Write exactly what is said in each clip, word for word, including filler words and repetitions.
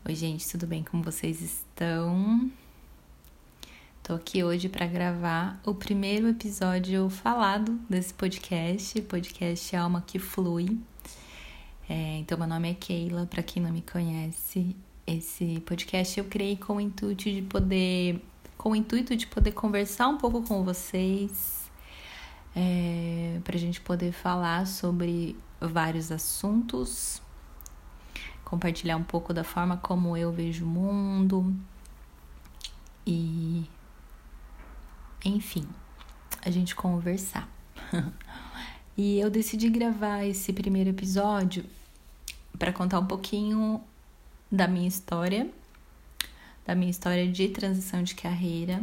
Oi, gente, tudo bem? Como vocês estão? Tô aqui hoje para gravar o primeiro episódio falado desse podcast, podcast Alma que Flui. É, então, meu nome é Keila, para quem não me conhece. Esse podcast eu criei com o intuito de poder, com o intuito de poder conversar um pouco com vocês, é, pra gente poder falar sobre vários assuntos, compartilhar um pouco da forma como eu vejo o mundo e, enfim, a gente conversar. E eu decidi gravar esse primeiro episódio para contar um pouquinho da minha história, da minha história de transição de carreira,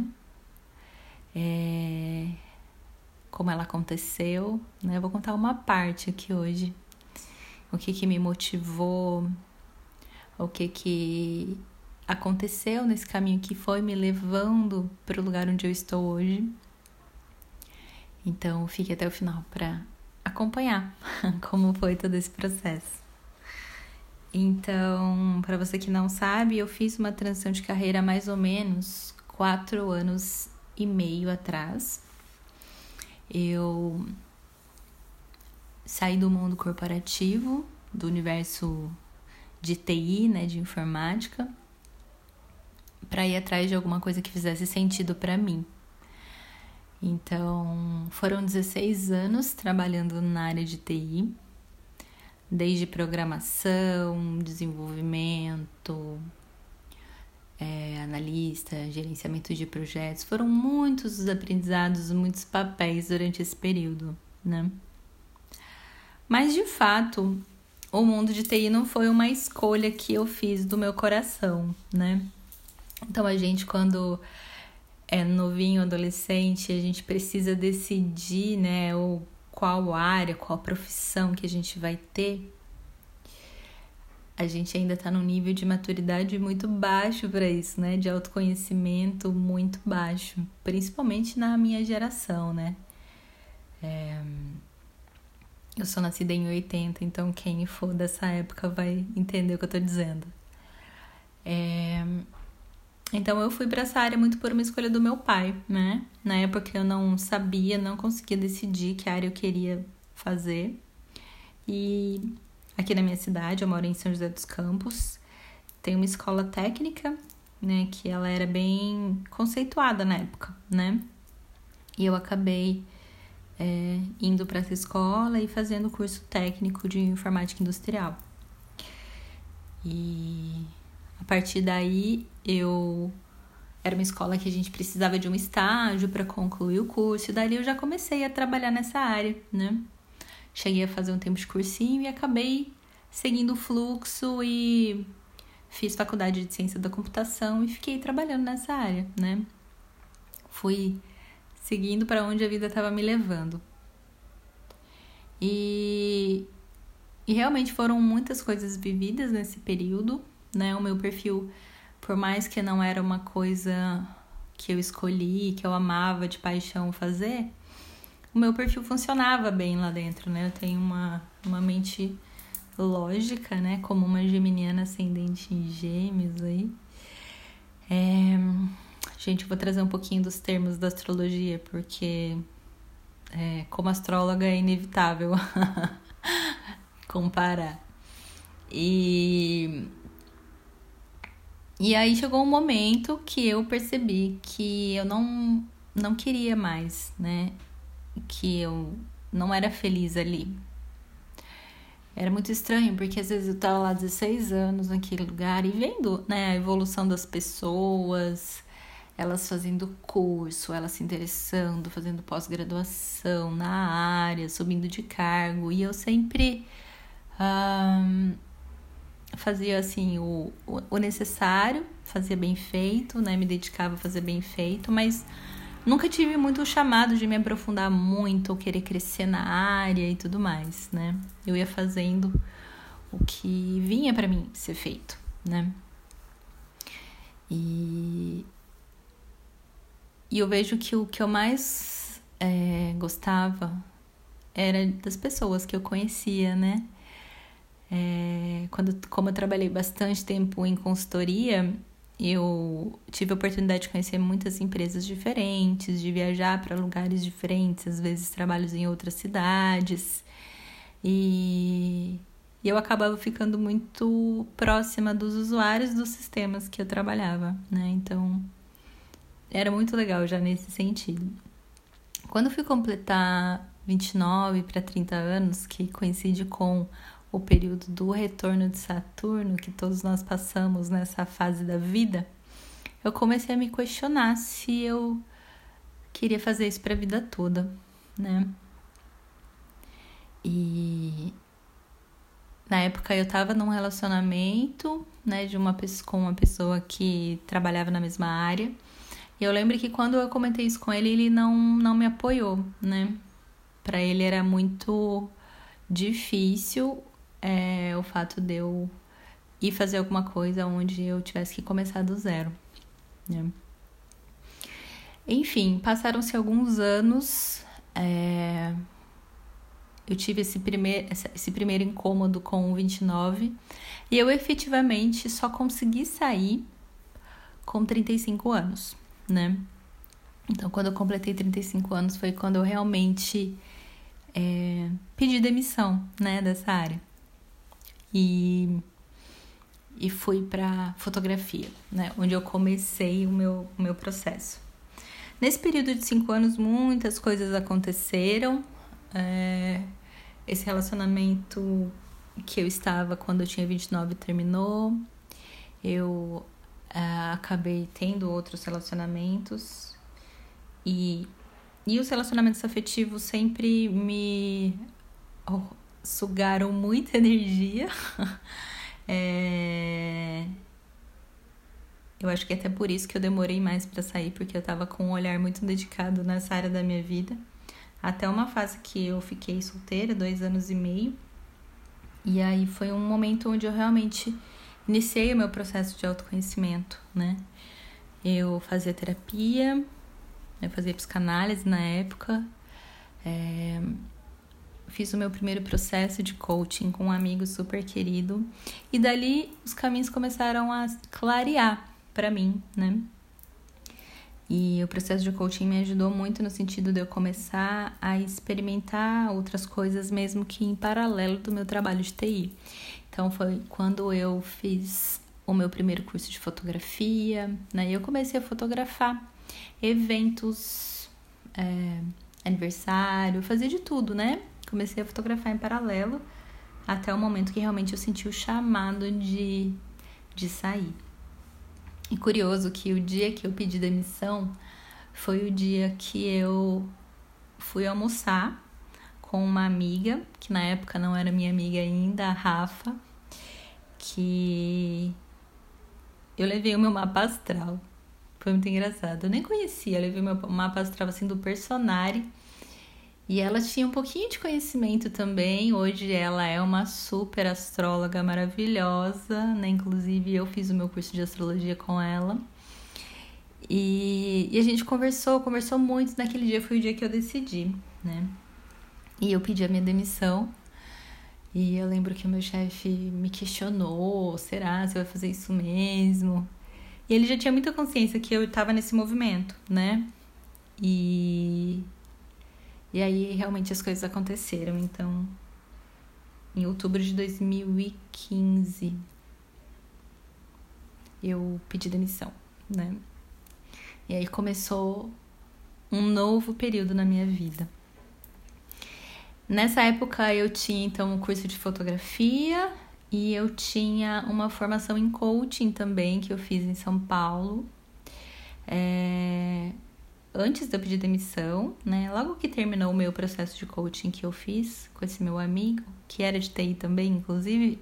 é, como ela aconteceu, né? Eu vou contar uma parte aqui hoje, o que que me motivou, o que que aconteceu nesse caminho que foi me levando para o lugar onde eu estou hoje. Então, fique até o final para acompanhar como foi todo esse processo. Então, para você que não sabe, eu fiz uma transição de carreira há mais ou menos quatro anos e meio atrás. Eu saí do mundo corporativo, do universo de T I, né, de informática, para ir atrás de alguma coisa que fizesse sentido para mim. Então, foram dezesseis anos trabalhando na área de T I, desde programação, desenvolvimento, é, analista, gerenciamento de projetos. Foram muitos os aprendizados, muitos papéis durante esse período, né? Mas, de fato, o mundo de T I não foi uma escolha que eu fiz do meu coração, né? Então, a gente, quando é novinho, adolescente, a gente precisa decidir, né, ou qual área, qual profissão que a gente vai ter. A gente ainda tá num nível de maturidade muito baixo para isso, né, de autoconhecimento muito baixo, principalmente na minha geração, né. É... Eu sou nascida em oitenta, então quem for dessa época vai entender o que eu tô dizendo. É... Então eu fui para essa área muito por uma escolha do meu pai, né? Na época eu não sabia, não conseguia decidir que área eu queria fazer. E aqui na minha cidade, eu moro em São José dos Campos, tem uma escola técnica, né? Que ela era bem conceituada na época, né? E eu acabei é, indo para essa escola e fazendo curso técnico de informática industrial. E a partir daí, eu era uma escola que a gente precisava de um estágio para concluir o curso. E daí eu já comecei a trabalhar nessa área, né? Cheguei a fazer um tempo de cursinho e acabei seguindo o fluxo e fiz faculdade de ciência da computação e fiquei trabalhando nessa área, né? Fui seguindo para onde a vida estava me levando. E, e realmente foram muitas coisas vividas nesse período, né? O meu perfil, por mais que não era uma coisa que eu escolhi, que eu amava de paixão fazer, o meu perfil funcionava bem lá dentro, né? Eu tenho uma, uma mente lógica, né? Como uma geminiana ascendente em gêmeos aí. É... Gente, eu vou trazer um pouquinho dos termos da astrologia, porque é, como astróloga é inevitável comparar. E... E aí chegou um momento que eu percebi que eu não, não queria mais, né? Que eu não era feliz ali. Era muito estranho, porque às vezes eu tava lá dezesseis anos naquele lugar e vendo, né, a evolução das pessoas, elas fazendo curso, elas se interessando, fazendo pós-graduação na área, subindo de cargo. E eu sempre... Um, fazia assim o, o necessário, fazia bem feito, né? Me dedicava a fazer bem feito, mas nunca tive muito o chamado de me aprofundar muito ou querer crescer na área e tudo mais, né? Eu ia fazendo o que vinha pra mim ser feito, né? E, e eu vejo que o que eu mais é, gostava era das pessoas que eu conhecia, né? É, quando, como eu trabalhei bastante tempo em consultoria, eu tive a oportunidade de conhecer muitas empresas diferentes, de viajar para lugares diferentes, às vezes trabalhos em outras cidades. E eu acabava ficando muito próxima dos usuários dos sistemas que eu trabalhava, né? Então, era muito legal já nesse sentido. Quando eu fui completar vinte e nove para trinta anos, que coincide com o período do retorno de Saturno, que todos nós passamos nessa fase da vida, eu comecei a me questionar se eu queria fazer isso para a vida toda, né? E na época eu tava num relacionamento, né, de uma pessoa, com uma pessoa que trabalhava na mesma área. E eu lembro que quando eu comentei isso com ele, ele não, não me apoiou, né? Pra ele era muito difícil é, o fato de eu ir fazer alguma coisa onde eu tivesse que começar do zero, né? Enfim, passaram-se alguns anos, é, eu tive esse primeiro, esse primeiro incômodo com o vinte e nove e eu efetivamente só consegui sair com trinta e cinco anos, né? Então, quando eu completei trinta e cinco anos foi quando eu realmente é, pedi demissão, né, dessa área. E, e fui para fotografia, né, onde eu comecei o meu, o meu processo. Nesse período de cinco anos, muitas coisas aconteceram. É, esse relacionamento que eu estava quando eu tinha vinte e nove terminou. Eu é, acabei tendo outros relacionamentos. E, e os relacionamentos afetivos sempre me oh, sugaram muita energia. é... Eu acho que é até por isso que eu demorei mais pra sair, porque eu tava com um olhar muito dedicado nessa área da minha vida. Até uma fase que eu fiquei solteira, dois anos e meio. E aí foi um momento onde eu realmente iniciei o meu processo de autoconhecimento, né? Eu fazia terapia, eu fazia psicanálise na época. É... Fiz o meu primeiro processo de coaching com um amigo super querido. E dali os caminhos começaram a clarear pra mim, né? E o processo de coaching me ajudou muito no sentido de eu começar a experimentar outras coisas, mesmo que em paralelo do meu trabalho de T I. Então foi quando eu fiz o meu primeiro curso de fotografia, né? E eu comecei a fotografar eventos, é, aniversário, fazer de tudo, né? Comecei a fotografar em paralelo até o momento que realmente eu senti o chamado de, de sair. E curioso que o dia que eu pedi demissão foi o dia que eu fui almoçar com uma amiga, que na época não era minha amiga ainda, a Rafa, que eu levei o meu mapa astral. Foi muito engraçado. Eu nem conhecia, eu levei o meu mapa astral assim do Personari. E ela tinha um pouquinho de conhecimento também. Hoje ela é uma super astróloga maravilhosa, né? Inclusive eu fiz o meu curso de astrologia com ela. E, e a gente conversou, conversou muito. Naquele dia foi o dia que eu decidi, né? E eu pedi a minha demissão. E eu lembro que o meu chefe me questionou: será? Você vai fazer isso mesmo? E ele já tinha muita consciência que eu estava nesse movimento, né? E... E aí, realmente, as coisas aconteceram. Então, em outubro de dois mil e quinze, eu pedi demissão, né? E aí começou um novo período na minha vida. Nessa época, eu tinha, então, um curso de fotografia e eu tinha uma formação em coaching também, que eu fiz em São Paulo. É... Antes de eu pedir demissão, né? Logo que terminou o meu processo de coaching que eu fiz com esse meu amigo, que era de T I também, inclusive,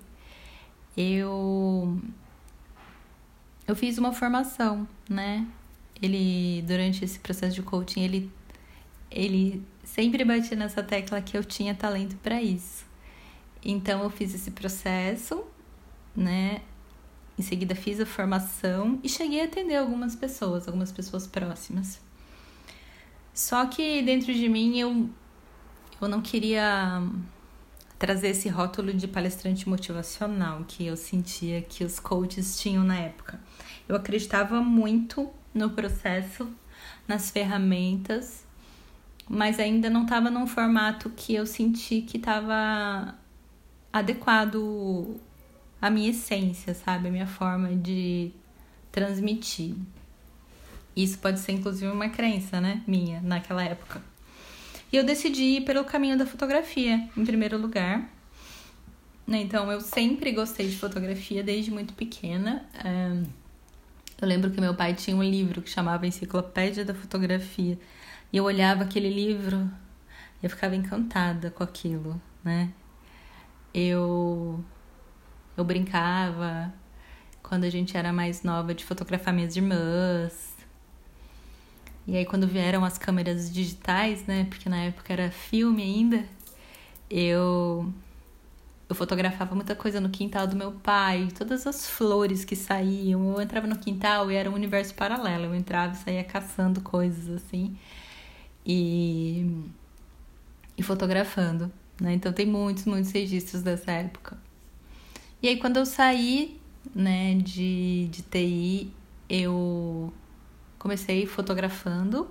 eu eu fiz uma formação, né? Ele, durante esse processo de coaching, ele, ele sempre batia nessa tecla que eu tinha talento para isso. Então, eu fiz esse processo, né? Em seguida, fiz a formação e cheguei a atender algumas pessoas, algumas pessoas próximas. Só que dentro de mim eu, eu não queria trazer esse rótulo de palestrante motivacional que eu sentia que os coaches tinham na época. Eu acreditava muito no processo, nas ferramentas, mas ainda não estava num formato que eu senti que estava adequado à minha essência, sabe? A minha forma de transmitir. Isso pode ser, inclusive, uma crença, né? Minha, naquela época. E eu decidi ir pelo caminho da fotografia, em primeiro lugar. Então, eu sempre gostei de fotografia desde muito pequena. Eu lembro que meu pai tinha um livro que chamava Enciclopédia da Fotografia. E eu olhava aquele livro e eu ficava encantada com aquilo, né? Eu, eu brincava, quando a gente era mais nova, de fotografar minhas irmãs. E aí, quando vieram as câmeras digitais, né? Porque na época era filme ainda, eu, eu fotografava muita coisa no quintal do meu pai, todas as flores que saíam. Eu entrava no quintal e era um universo paralelo. Eu entrava e saía caçando coisas assim e, e fotografando, né? Então, tem muitos, muitos registros dessa época. E aí, quando eu saí, né, de, de T I, eu comecei fotografando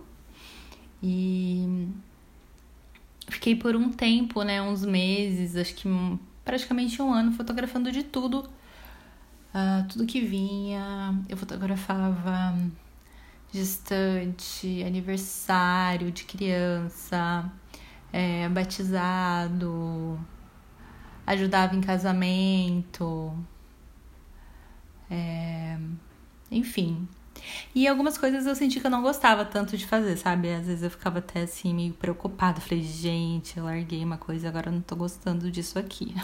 e fiquei por um tempo, né, uns meses, acho que praticamente um ano, fotografando de tudo, uh, tudo que vinha. Eu fotografava gestante, aniversário de criança, é, batizado, ajudava em casamento, é, enfim. E algumas coisas eu senti que eu não gostava tanto de fazer, sabe? Às vezes eu ficava até assim meio preocupada. Falei, gente, eu larguei uma coisa e agora eu não tô gostando disso aqui.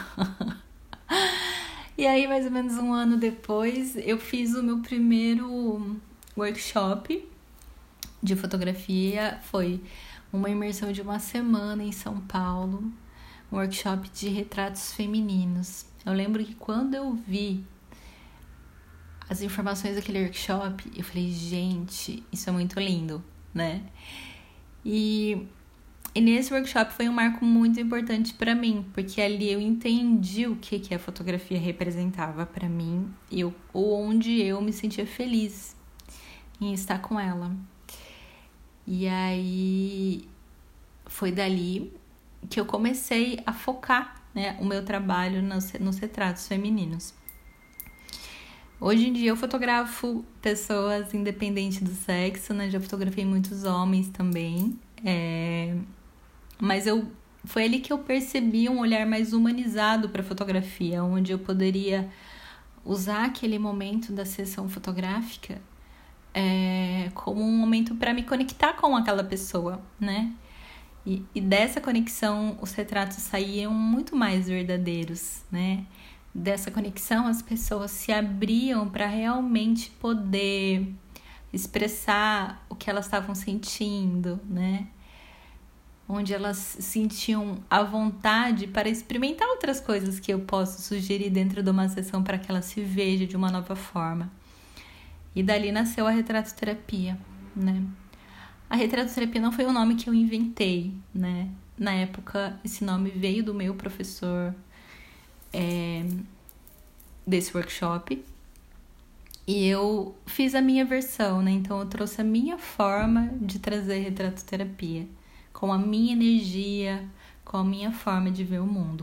E aí, mais ou menos um ano depois, eu fiz o meu primeiro workshop de fotografia. Foi uma imersão de uma semana em São Paulo. Um workshop de retratos femininos. Eu lembro que quando eu vi as informações daquele workshop, eu falei, gente, isso é muito lindo, né? E, e nesse workshop foi um marco muito importante pra mim, porque ali eu entendi o que, que a fotografia representava pra mim e eu, onde eu me sentia feliz em estar com ela. E aí foi dali que eu comecei a focar, né, o meu trabalho nos, nos retratos femininos. Hoje em dia eu fotografo pessoas independente do sexo, né? Já fotografei muitos homens também. É... Mas eu foi ali que eu percebi um olhar mais humanizado para a fotografia, onde eu poderia usar aquele momento da sessão fotográfica é... como um momento para me conectar com aquela pessoa, né? E, e dessa conexão os retratos saíam muito mais verdadeiros, né? Dessa conexão, as pessoas se abriam para realmente poder expressar o que elas estavam sentindo, né? Onde elas sentiam a vontade para experimentar outras coisas que eu posso sugerir dentro de uma sessão para que ela se veja de uma nova forma. E dali nasceu a retratoterapia, né? A retratoterapia não foi um nome que eu inventei, né? Na época, esse nome veio do meu professor É, desse workshop e eu fiz a minha versão, né? Então eu trouxe a minha forma de trazer retratoterapia, com a minha energia, com a minha forma de ver o mundo.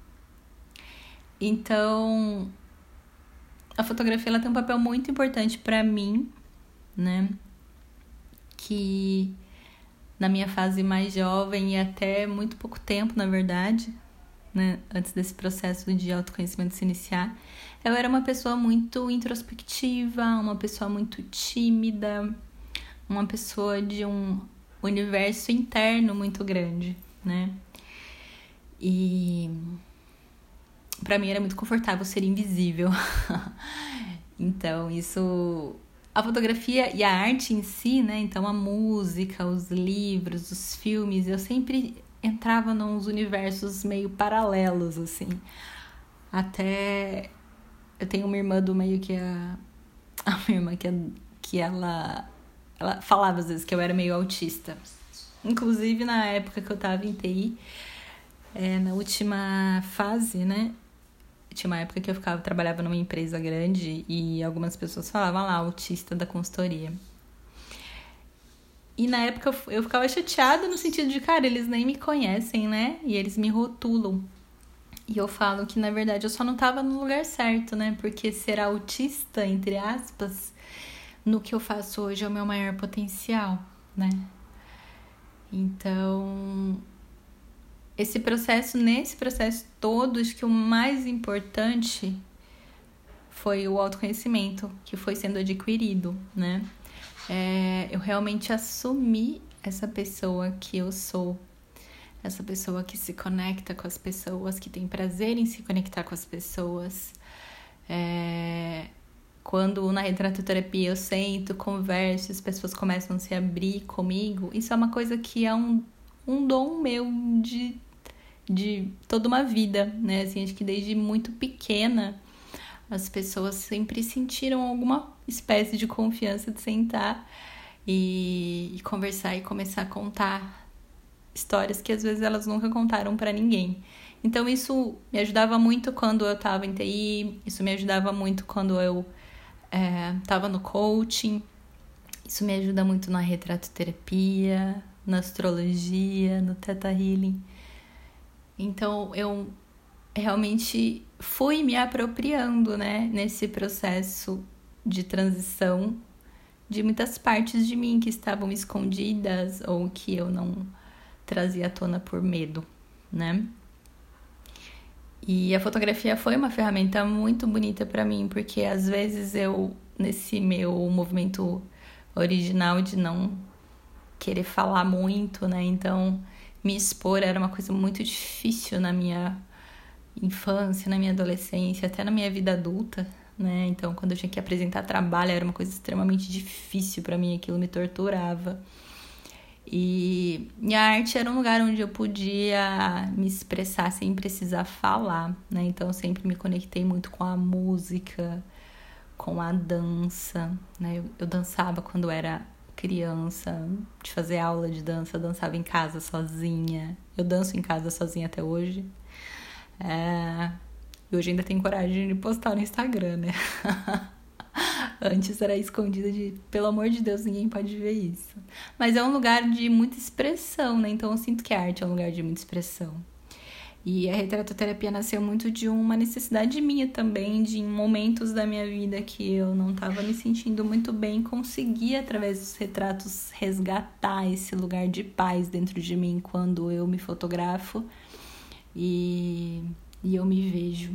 Então a fotografia ela tem um papel muito importante para mim, né? Que na minha fase mais jovem e até muito pouco tempo, na verdade, né, antes desse processo de autoconhecimento se iniciar, eu era uma pessoa muito introspectiva, uma pessoa muito tímida, uma pessoa de um universo interno muito grande, né? E pra mim era muito confortável ser invisível. Então, isso... A fotografia e a arte em si, né? Então, a música, os livros, os filmes, eu sempre entrava nos universos meio paralelos, assim. Até... Eu tenho uma irmã do meio que a... A minha irmã que, que ela... Ela falava às vezes que eu era meio autista. Inclusive, na época que eu tava em T I, É, na última fase, né? Tinha uma época que eu ficava, trabalhava numa empresa grande e algumas pessoas falavam lá, autista da consultoria. E na época eu, eu ficava chateada no sentido de, cara, eles nem me conhecem, né? E eles me rotulam. E eu falo que, na verdade, eu só não tava no lugar certo, né? Porque ser autista, entre aspas, no que eu faço hoje é o meu maior potencial, né? Então, esse processo, nesse processo todo, acho que o mais importante foi o autoconhecimento que foi sendo adquirido, né? É, eu realmente assumi essa pessoa que eu sou, essa pessoa que se conecta com as pessoas, que tem prazer em se conectar com as pessoas. É, quando na retratoterapia eu sento, converso, as pessoas começam a se abrir comigo, isso é uma coisa que é um, um dom meu de, de toda uma vida, né? Assim, acho que desde muito pequena as pessoas sempre sentiram alguma espécie de confiança de sentar e, e conversar e começar a contar histórias que às vezes elas nunca contaram pra ninguém. Então isso me ajudava muito quando eu tava em T I, isso me ajudava muito quando eu é, tava no coaching, isso me ajuda muito na retratoterapia, na astrologia, no Theta Healing. Então eu realmente fui me apropriando, né, nesse processo de transição de muitas partes de mim que estavam escondidas ou que eu não trazia à tona por medo, né? E a fotografia foi uma ferramenta muito bonita para mim, porque às vezes eu, nesse meu movimento original de não querer falar muito, né? Então, me expor era uma coisa muito difícil na minha infância, na minha adolescência, até na minha vida adulta, né? Então, quando eu tinha que apresentar trabalho, era uma coisa extremamente difícil para mim, aquilo me torturava. E, e a arte era um lugar onde eu podia me expressar sem precisar falar, né? Então eu sempre me conectei muito com a música, com a dança, né? Eu, eu dançava quando era criança, de fazer aula de dança, eu dançava em casa sozinha. Eu danço em casa sozinha até hoje. É... E hoje ainda tenho coragem de postar no Instagram, né? Antes era escondida de, pelo amor de Deus, ninguém pode ver isso. Mas é um lugar de muita expressão, né? Então eu sinto que a arte é um lugar de muita expressão. E a retratoterapia nasceu muito de uma necessidade minha também, de em momentos da minha vida que eu não estava me sentindo muito bem, conseguir, através dos retratos, resgatar esse lugar de paz dentro de mim quando eu me fotografo e, e eu me vejo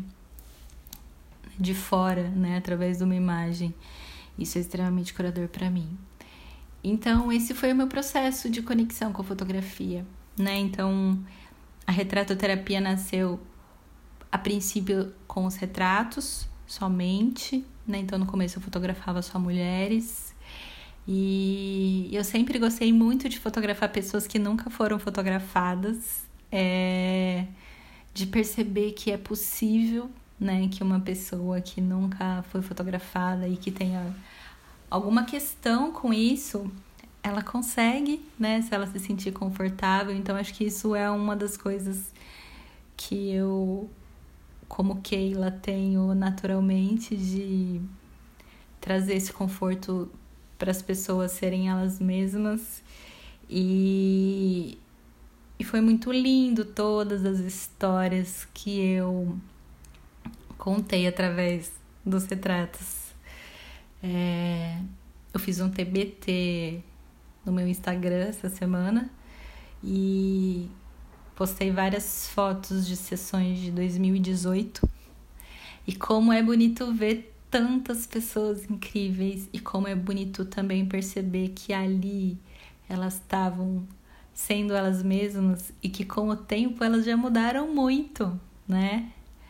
de fora, né, através de uma imagem. Isso é extremamente curador para mim. Então, esse foi o meu processo de conexão com a fotografia, né? Então, a retratoterapia nasceu a princípio com os retratos somente, né? Então, no começo eu fotografava só mulheres. E eu sempre gostei muito de fotografar pessoas que nunca foram fotografadas, é... de perceber que é possível, né, que uma pessoa que nunca foi fotografada e que tenha alguma questão com isso, ela consegue, né, se ela se sentir confortável. Então, acho que isso é uma das coisas que eu, como Keila, tenho naturalmente de trazer esse conforto para as pessoas serem elas mesmas. E, e foi muito lindo todas as histórias que eu contei através dos retratos. É, eu fiz um T B T no meu Instagram essa semana e postei várias fotos de sessões de dois mil e dezoito. E como é bonito ver tantas pessoas incríveis e como é bonito também perceber que ali elas estavam sendo elas mesmas e que com o tempo elas já mudaram muito, né?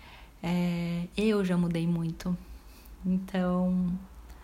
É, eu já mudei muito. Então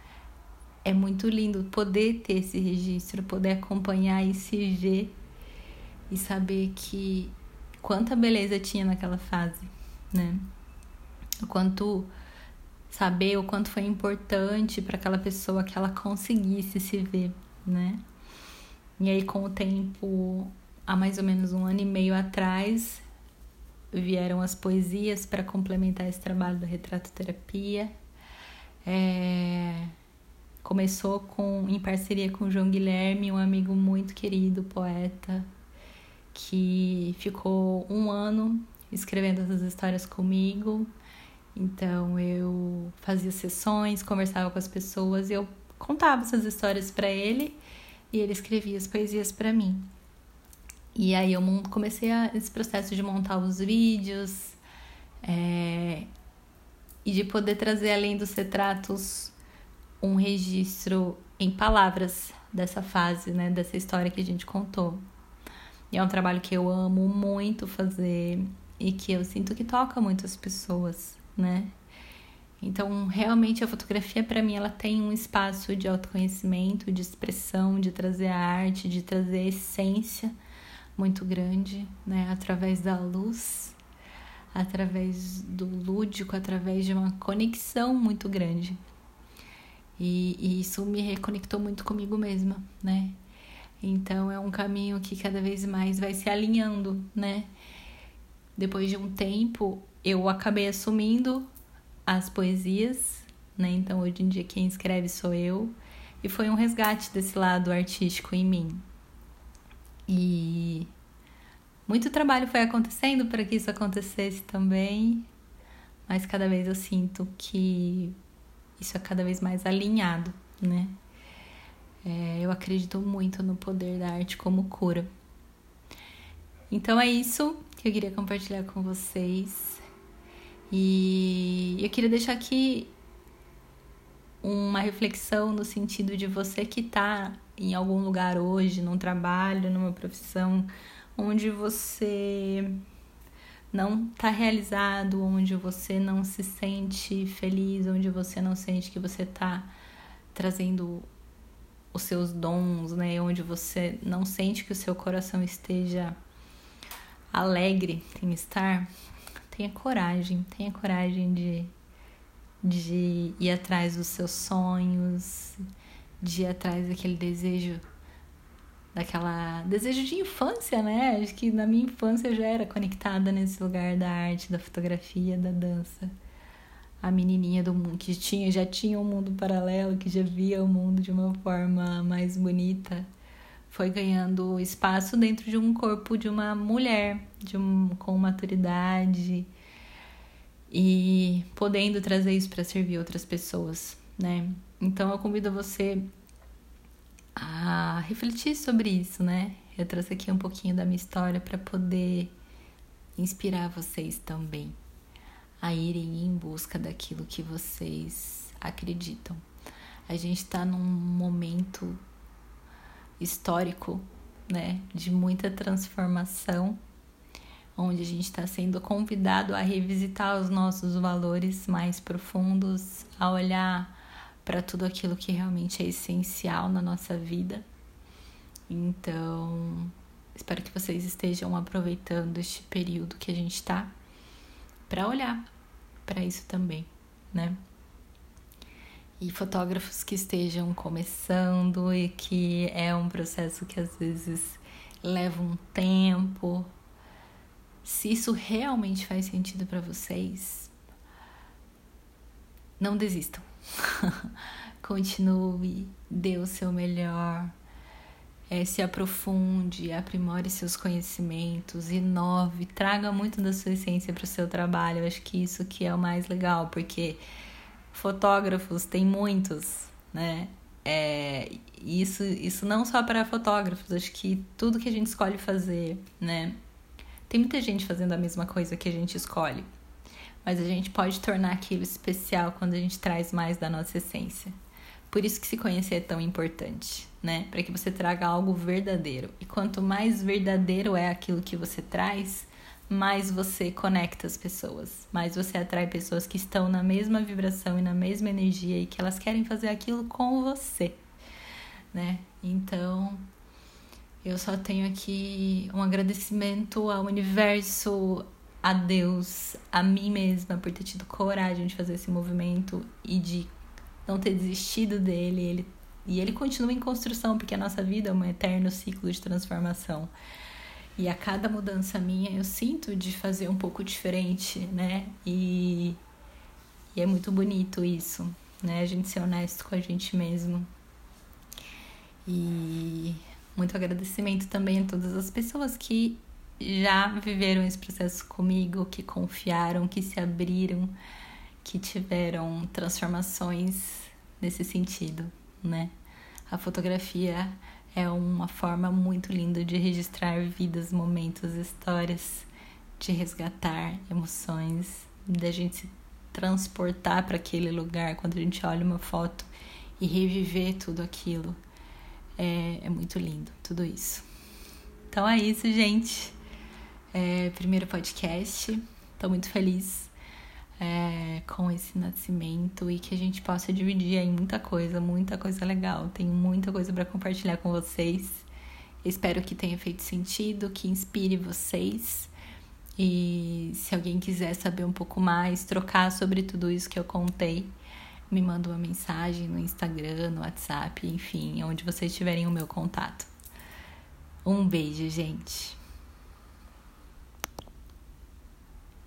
é muito lindo poder ter esse registro, poder acompanhar e se ver e saber que quanta beleza tinha naquela fase, né? O quanto saber o quanto foi importante para aquela pessoa que ela conseguisse se ver, né? E aí, com o tempo, há mais ou menos um ano e meio atrás, vieram as poesias para complementar esse trabalho da retratoterapia. É... Começou com, em parceria com o João Guilherme, um amigo muito querido, poeta, que ficou um ano escrevendo essas histórias comigo. Então eu fazia sessões, conversava com as pessoas e eu contava essas histórias para ele e ele escrevia as poesias para mim. E aí eu comecei a, esse processo de montar os vídeos é, e de poder trazer, além dos retratos, um registro em palavras dessa fase, né, dessa história que a gente contou. E é um trabalho que eu amo muito fazer e que eu sinto que toca muitas pessoas, né? Então, realmente, a fotografia, para mim, ela tem um espaço de autoconhecimento, de expressão, de trazer a arte, de trazer a essência muito grande, né? Através da luz, através do lúdico, através de uma conexão muito grande. E, e isso me reconectou muito comigo mesma, né? Então, é um caminho que cada vez mais vai se alinhando, né? Depois de um tempo, eu acabei assumindo as poesias, né? Então, hoje em dia, quem escreve sou eu. E foi um resgate desse lado artístico em mim. E muito trabalho foi acontecendo para que isso acontecesse também. Mas cada vez eu sinto que isso é cada vez mais alinhado, né? É, eu acredito muito no poder da arte como cura. Então é isso que eu queria compartilhar com vocês. E eu queria deixar aqui uma reflexão no sentido de você que está em algum lugar hoje, num trabalho, numa profissão, onde você não está realizado, onde você não se sente feliz, onde você não sente que você está trazendo os seus dons, né? Onde você não sente que o seu coração esteja alegre em estar. Tenha coragem, tenha coragem de, de ir atrás dos seus sonhos, de ir atrás daquele desejo, daquela desejo de infância, né? Acho que na minha infância eu já era conectada nesse lugar da arte, da fotografia, da dança. A menininha do mundo que tinha, já tinha um mundo paralelo, que já via o mundo de uma forma mais bonita, foi ganhando espaço dentro de um corpo de uma mulher, de um, com maturidade e podendo trazer isso para servir outras pessoas, né? Então eu convido você a refletir sobre isso, né? Eu trouxe aqui um pouquinho da minha história para poder inspirar vocês também a irem em busca daquilo que vocês acreditam. A gente está num momento histórico, né, de muita transformação, onde a gente está sendo convidado a revisitar os nossos valores mais profundos, a olhar para tudo aquilo que realmente é essencial na nossa vida. Então, espero que vocês estejam aproveitando este período que a gente está para olhar para isso também, né? E fotógrafos que estejam começando e que é um processo que às vezes leva um tempo. Se isso realmente faz sentido para vocês, não desistam. Continue, dê o seu melhor, é, se aprofunde, aprimore seus conhecimentos, inove, traga muito da sua essência para o seu trabalho. Eu acho que isso que é o mais legal, porque fotógrafos tem muitos, né? É, isso, isso não só para fotógrafos, acho que tudo que a gente escolhe fazer, né? Tem muita gente fazendo a mesma coisa que a gente escolhe, mas a gente pode tornar aquilo especial quando a gente traz mais da nossa essência. Por isso que se conhecer é tão importante, né? Para que você traga algo verdadeiro. E quanto mais verdadeiro é aquilo que você traz, mais você conecta as pessoas, mais você atrai pessoas que estão na mesma vibração e na mesma energia e que elas querem fazer aquilo com você, né? Então, eu só tenho aqui um agradecimento ao universo, a Deus, a mim mesma por ter tido coragem de fazer esse movimento e de não ter desistido dele. Ele, e ele continua em construção, porque a nossa vida é um eterno ciclo de transformação. E a cada mudança minha eu sinto de fazer um pouco diferente, né? E, e é muito bonito isso, né? A gente ser honesto com a gente mesmo. E muito agradecimento também a todas as pessoas que já viveram esse processo comigo, que confiaram, que se abriram, que tiveram transformações nesse sentido, né? A fotografia é uma forma muito linda de registrar vidas, momentos, histórias, de resgatar emoções, da gente se transportar para aquele lugar quando a gente olha uma foto e reviver tudo aquilo. É, é muito lindo, tudo isso. Então é isso, gente. É, primeiro podcast. Estou muito feliz é, com esse nascimento e que a gente possa dividir aí muita coisa, muita coisa legal. Tenho muita coisa para compartilhar com vocês. Espero que tenha feito sentido, que inspire vocês. E se alguém quiser saber um pouco mais, trocar sobre tudo isso que eu contei, me manda uma mensagem no Instagram, no WhatsApp, enfim, onde vocês tiverem o meu contato. Um beijo, gente!